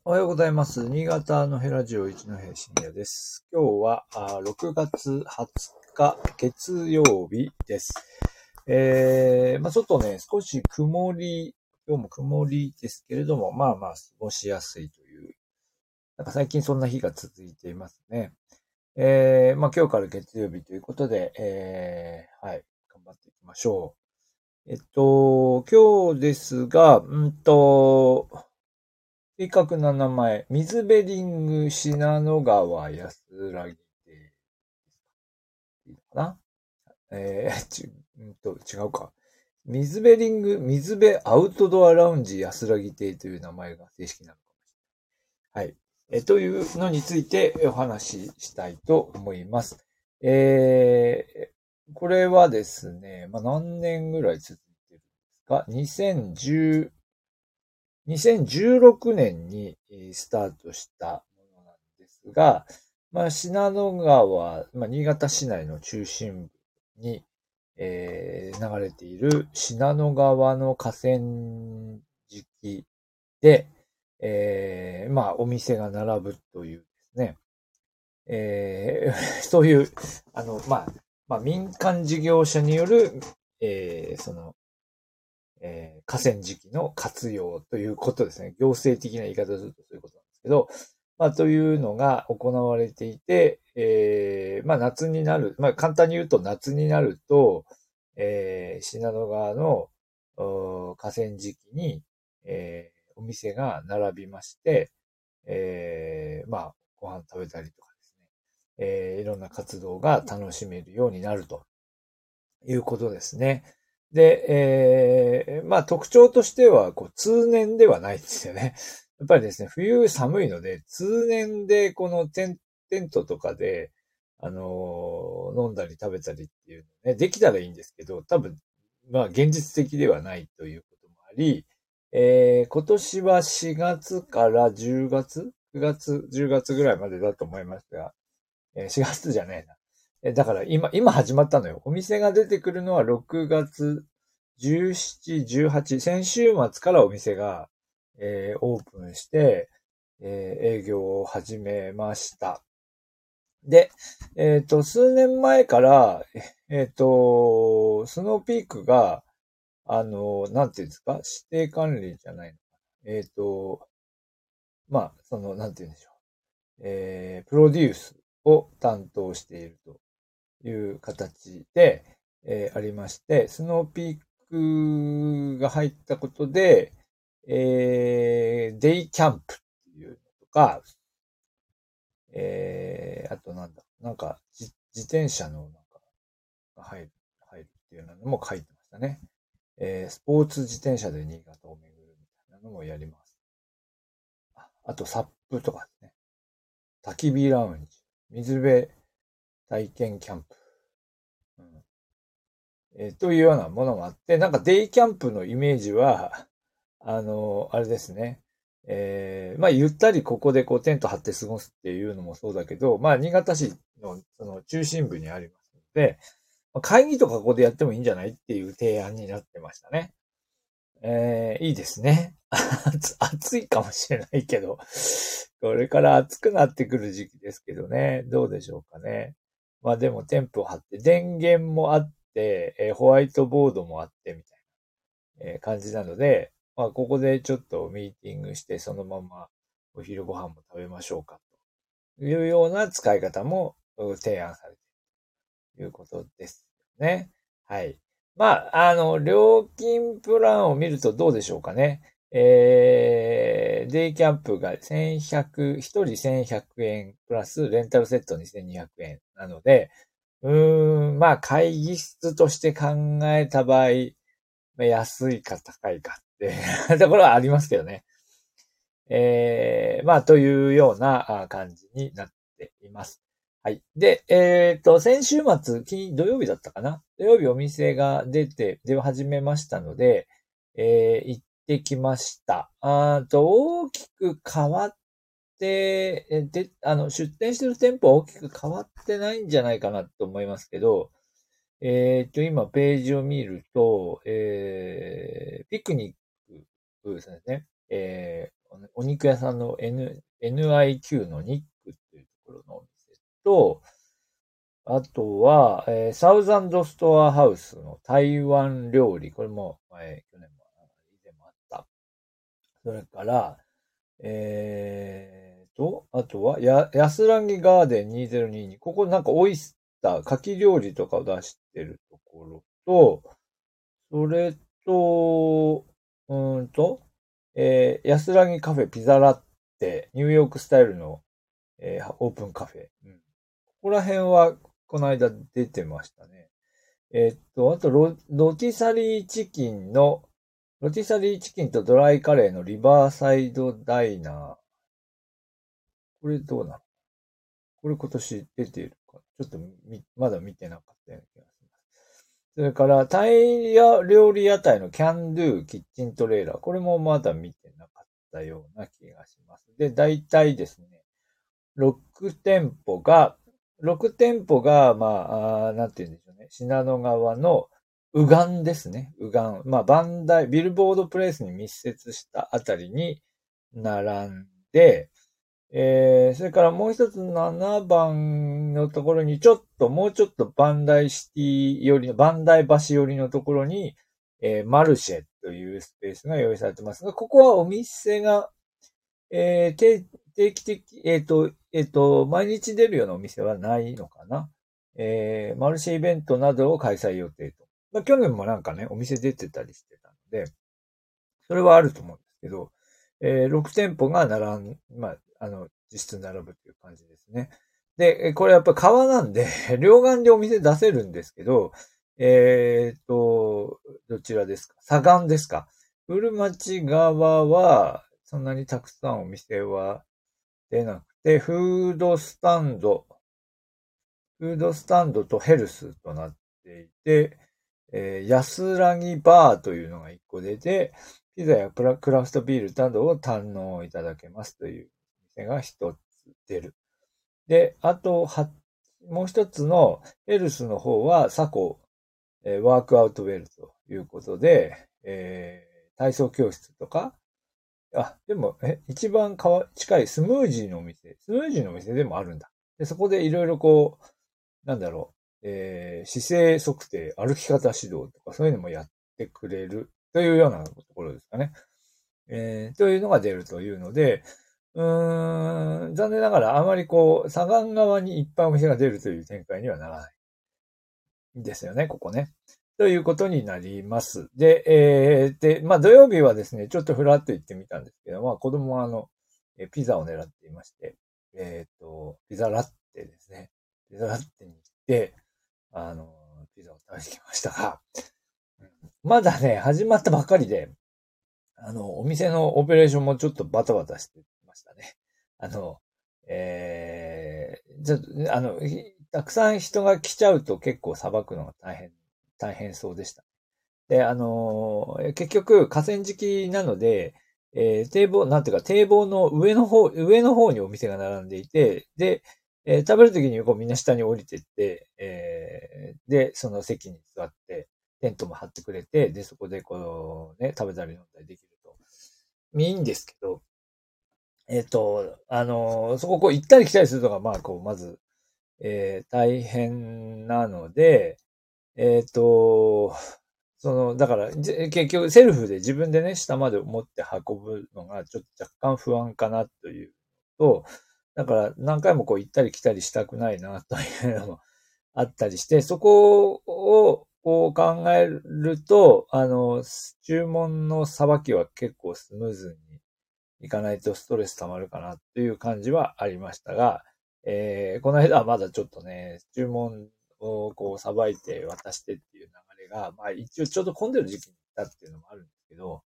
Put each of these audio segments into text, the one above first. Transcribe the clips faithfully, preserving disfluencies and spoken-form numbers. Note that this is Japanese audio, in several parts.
おはようございます。新潟のヘラジオ一戸深夜です。今日はあろくがつはつか月曜日です。えー、まあちょっとね、少し曇り、今日も曇りですけれども、まあまあ過ごしやすいという、なんか最近そんな日が続いていますね。えー、まあ今日から月曜日ということで、えー、はい、頑張っていきましょう。えっと、今日ですが、うんと、正確な名前、水ベリング信濃川安らぎ亭いいのかな。えー、ち、うんと、違うか。水ベリング、水辺アウトドアラウンジ安らぎ亭という名前が正式なのかもしれない。はい。え、というのについてお話ししたいと思います。えー、これはですね、まあ、何年ぐらい続いてるんですか？ にせんじゅう、にせんじゅうろくねんにスタートしたものなんですが、まあ、信濃川、まあ、新潟市内の中心部に、えー流れている信濃川の河川敷で、えーまあ、お店が並ぶというですね、えーそういう、あの、まあ、まあ、民間事業者による、えーその、えー河川敷の活用ということですね。行政的な言い方をするとそういうことなんですけど、まあ、というのが行われていて、えーまあ、夏になる、まあ、簡単に言うと夏になると、えー、信濃川のお河川敷に、えーお店が並びまして、えーまあ、ご飯食べたりとかですね、えーいろんな活動が楽しめるようになるということですね。で、えー、まあ特徴としては、こう、通年ではないですよね。やっぱりですね、冬寒いので、通年でこのテンテントとかで、あのー飲んだり食べたりっていうのね、できたらいいんですけど、多分、まあ現実的ではないということもあり、えー、今年はしがつからじゅうがつ ?く 月、じゅうがつぐらいまでだと思いますが、えーしがつじゃないな。え、だから今、今始まったのよ。お店が出てくるのはろくがつじゅうしち、じゅうはち、先週末からお店が、えーオープンして、えー営業を始めました。で、えっと、数年前から、えっと、スノーピークが、あの、なんていうんですか、指定管理じゃないのかな。えっと、まあ、その、なんていうんでしょう。えープロデュースを担当しているという形で、えーありまして、スノーピークが入ったことで、えーデイキャンプっていうのとか、えーあとなんだ、なんか、自自転車のなんかが入る、入るっていうのも書いてましたね。えースポーツ自転車で新潟を巡るみたいなのもやります。ああと、サップとかですね。焚き火ラウンジ、水辺体験キャンプ。うんえーというようなものがあって、なんかデイキャンプのイメージは、あの、あれですね。えー、まあ、ゆったりここでこうテント張って過ごすっていうのもそうだけど、まあ、新潟市のその中心部にありますので、まあ会議とかここでやってもいいんじゃないっていう提案になってましたね。えー、いいですね。暑暑いかもしれないけど、これから暑くなってくる時期ですけどね、どうでしょうかね。まあでもテンプを張って、電源もあって、えーホワイトボードもあってみたいな、えー感じなので、まあここでちょっとミーティングして、そのままお昼ご飯も食べましょうかというような使い方もう提案されているということですね。はい。まあ、あの、料金プランを見るとどうでしょうかね。えー、デイキャンプがせんひゃく、一人せんひゃくえんプラスレンタルセットにせんにひゃくえんなので、うーん、まあ、会議室として考えた場合、まあ安いか高いかってところはありますけどね。えー、まあ、というようなあ感じになっています。はい。で、えっと、先週末、金、土曜日だったかな土曜日お店が出て、出始めましたので、えー行ってきました。あーと、大きく変わって、えで、あの、出店してる店舗は大きく変わってないんじゃないかなと思いますけど、えっと、今ページを見ると、えー、ピクニックブースですね。えー、 お肉屋さんの N、エヌアイキュー のニックっていうところのお店と、あとは、えーサウザンドストアハウスの台湾料理。これも前、去年も、以前もあった。それから、えーと、あとは、や、安らぎガーデンにせんにじゅうに。ここなんかオイスター、牡蠣料理とかを出してるところと、それと、うーんと、えー安らぎカフェピザラッテ、ニューヨークスタイルの、えーオープンカフェ。うん、ここら辺は、この間出てましたね。えーっと、あとロ、ロティサリーチキンの、ロティサリーチキンとドライカレーのリバーサイドダイナー。これどうなの？これ今年出ているか。ちょっとみ、まだ見てなかったような気がします。それから、タイや料理屋台のキャンドゥキッチントレーラー。これもまだ見てなかったような気がします。で、大体ですね、ろく店舗が、ろく店舗が、まあ、あなんて言うんでしょうね。信濃川の右岸ですね。右岸。まあ、バンダイ、ビルボードプレイスに密接したあたりに並んで、えー、それからもう一つななばんのところにちょっと、もうちょっとバンダイシティ寄りの、バンダイ橋寄りのところに、えー、マルシェというスペースが用意されてますが、ここはお店が、えー、定定期的、えっ、と、えっ、と、毎日出るようなお店はないのかな。えー、マルシェイベントなどを開催予定と。まあ、去年もなんかね、お店出てたりしてたので、それはあると思うんですけど、えー、ろく店舗が並ん、まあ、あの、実質並ぶっていう感じですね。で、これやっぱ川なんで、両岸でお店出せるんですけど、えーっと、どちらですか？左岸ですか？古町側は、そんなにたくさんお店は出なくて、フードスタンド、フードスタンドとヘルスとなっていて、えー安らぎバーというのが一個出て、ピザやクラクラフトビールなどを堪能いただけますという店が一つ出る。で、あと、は、もう一つのヘルスの方は、サコ、えーワークアウトウェルということで、えー体操教室とか、あ、でも、え、一番かわ近いスムージーのお店、スムージーのお店でもあるんだ。で、そこでいろいろこう、なんだろう、えー姿勢測定、歩き方指導とか、そういうのもやってくれるというようなところですかね。えーというのが出るというので、うーん、残念ながらあまりこう、左岸側にいっぱいお店が出るという展開にはならないんですよね、ここね。ということになります。で、えー、で、まあ土曜日はですね、ちょっとふらっと行ってみたんですけど、まあ子供はあの、えピザを狙っていまして、えっと、ピザラッテですね。ピザラッテに行って、あの、ピザを食べてきましたが、うんまだね、始まったばっかりで、あの、お店のオペレーションもちょっとバタバタしてましたね。あの、えー、ちょっとね、あの、ひたくさん人が来ちゃうと結構さばくのが大変、大変そうでした。で、あの、え結局河川敷なので、えー堤防、なんていうか堤防の上の方、上の方にお店が並んでいて、で、えー食べるときにこうみんな下に降りてって、えーで、その席に座って、テントも張ってくれて、で、そこでこうね、食べたり飲んだりできると。いいんですけど、えっと、あの、そここう行ったり来たりするのが、まあ、こう、まず、えー大変なので、えっと、その、だから、じ結局、セルフで自分でね、下まで持って運ぶのが、ちょっと若干不安かなというと、だから、何回もこう行ったり来たりしたくないな、というのもあったりして、そこを、こう考えると、あの、注文のさばきは結構スムーズにいかないとストレス溜まるかなという感じはありましたが、えー、この間はまだちょっとね、注文をこうさばいて渡してっていう流れが、まあ一応ちょうど混んでる時期に行ったっていうのもあるんですけど、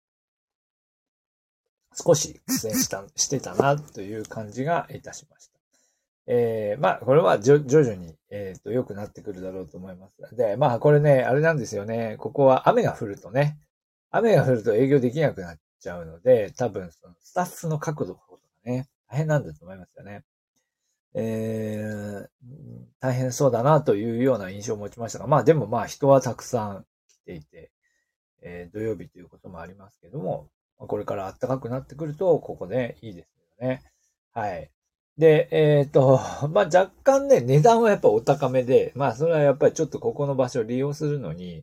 少し苦戦した、してたなという感じがいたしました。えー、まあこれは徐々に、えっと、良くなってくるだろうと思います。で、まあこれね、あれなんですよね。ここは雨が降るとね、雨が降ると営業できなくなっちゃうので、多分そのスタッフの角度とかね、大変なんだと思いますよね。えー、大変そうだなというような印象を持ちましたが、まあでもまあ人はたくさん来ていて、えー土曜日ということもありますけども、 これから暖かくなってくると、ここでいいですよね。はい。で、えっと、まあ、若干ね、値段はやっぱお高めで、まあ、それはやっぱりちょっとここの場所を利用するのに、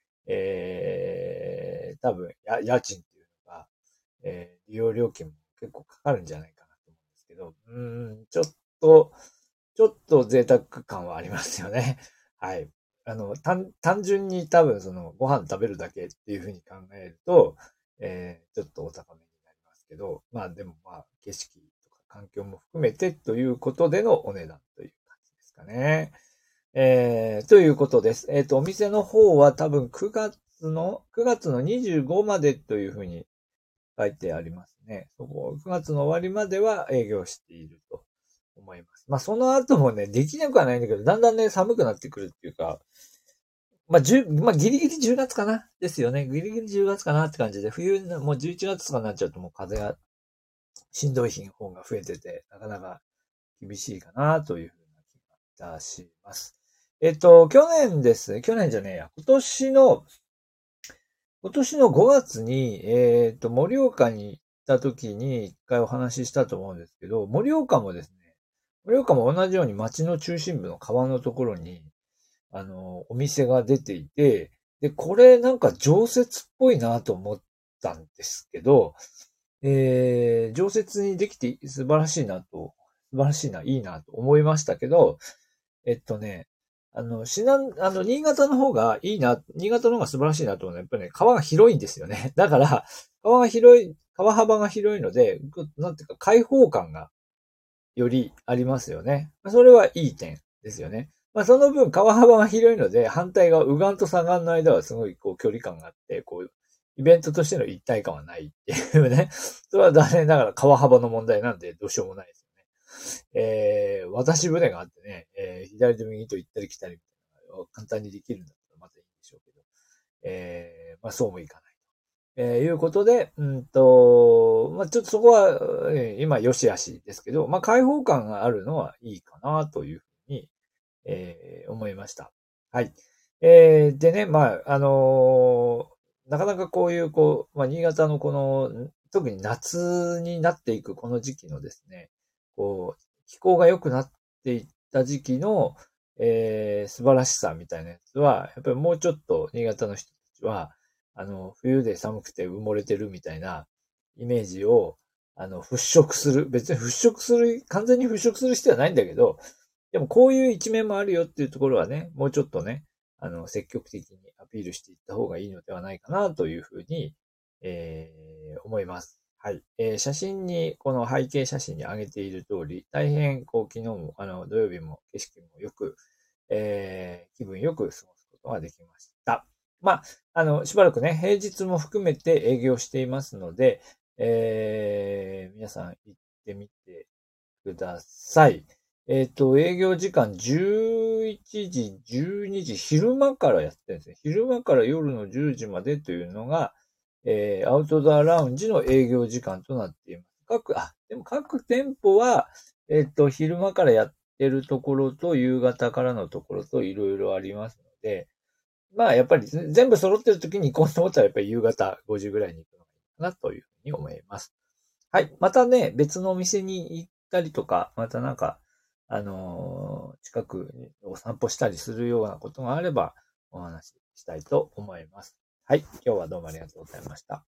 えー、多分、や、家賃っていうのが、えー、利用料金も結構かかるんじゃないかなと思うんですけど、うーん、ちょっと、ちょっと贅沢感はありますよね。はい。あの、単、単純に多分そのご飯食べるだけっていうふうに考えると、えー、ちょっとお高めになりますけど、まあでもまあ景色とか環境も含めてということでのお値段という感じですかね。えー、ということです。えっと、お店の方は多分くがつの、くがつのにじゅうごまでというふうに書いてありますね。そこ、くがつの終わりまでは営業していると思います。まあ、その後もね、できなくはないんだけど、だんだんね、寒くなってくるっていうか、まあ、じゅう、まあ、ギリギリじゅうがつかなですよね。ギリギリじゅうがつかなって感じで、冬の、もうじゅういちがつとかになっちゃうともう風が、しんどい日の方が増えてて、なかなか厳しいかなというふうな気がいたします。えっと、去年ですね、去年じゃねえや、今年の、今年のごがつに、えっと、盛岡に行った時に一回お話ししたと思うんですけど、盛岡もですね、盛岡も同じように街の中心部の川のところに、あの、お店が出ていて、で、これなんか常設っぽいなと思ったんですけど、えー、常設にできて素晴らしいなと、素晴らしいな、いいなと思いましたけど、えっとね、あの、しな、あの、新潟の方がいいな、新潟の方が素晴らしいなと思うのは、やっぱりね、川が広いんですよね。だから、川が広い、川幅が広いので、なんていうか、開放感がよりありますよね。それはいい点ですよね。まあ、その分、川幅が広いので、反対側、右岸と左岸の間はすごい、こう、距離感があって、こう、イベントとしての一体感はないっていうね。それは残念ながら川幅の問題なんで、どうしようもないですよね。えー、渡し船があってね、えー、左と右と行ったり来たりみたいなのが簡単にできるんだったらまたいいんでしょうけど、えー、まあそうもいかない。えー、いうことで、うんと、まあちょっとそこは、えー今良し悪しですけど、まあ開放感があるのはいいかなというふうに、えー、思いました。はい。えー、でね、まあ、あのーなかなかこういう、こう、まあ、新潟のこの、特に夏になっていくこの時期のですね、こう、気候が良くなっていった時期の、えー、素晴らしさみたいなやつは、やっぱりもうちょっと新潟の人たちは、あの、冬で寒くて埋もれてるみたいなイメージを、あの、払拭する。別に払拭する、完全に払拭する必要はないんだけど、でもこういう一面もあるよっていうところはね、もうちょっとね、あの、積極的にアピールしていった方がいいのではないかなというふうに、えー、思います。はい。えー、写真に、この背景写真に上げている通り、大変、こう、昨日も、あの、土曜日も景色もよく、えー、気分よく過ごすことができました。まあ、あの、しばらくね、平日も含めて営業していますので、えー、皆さん行ってみてください。えっと、営業時間じゅういちじ、じゅうにじ、昼間からやってるんですね。昼間から夜のじゅうじまでというのが、えー、アウトドアラウンジの営業時間となっています。各、あ、でも各店舗は、えっと、昼間からやってるところと夕方からのところといろいろありますので、まあ、やっぱり全部揃ってる時に行こうと思ったら、やっぱり夕方ごじぐらいに行くのがいいかなというふうに思います。はい。またね、別のお店に行ったりとか、またなんか、あのー近くにお散歩したりするようなことがあれば、お話ししたいと思います。はい。今日はどうもありがとうございました。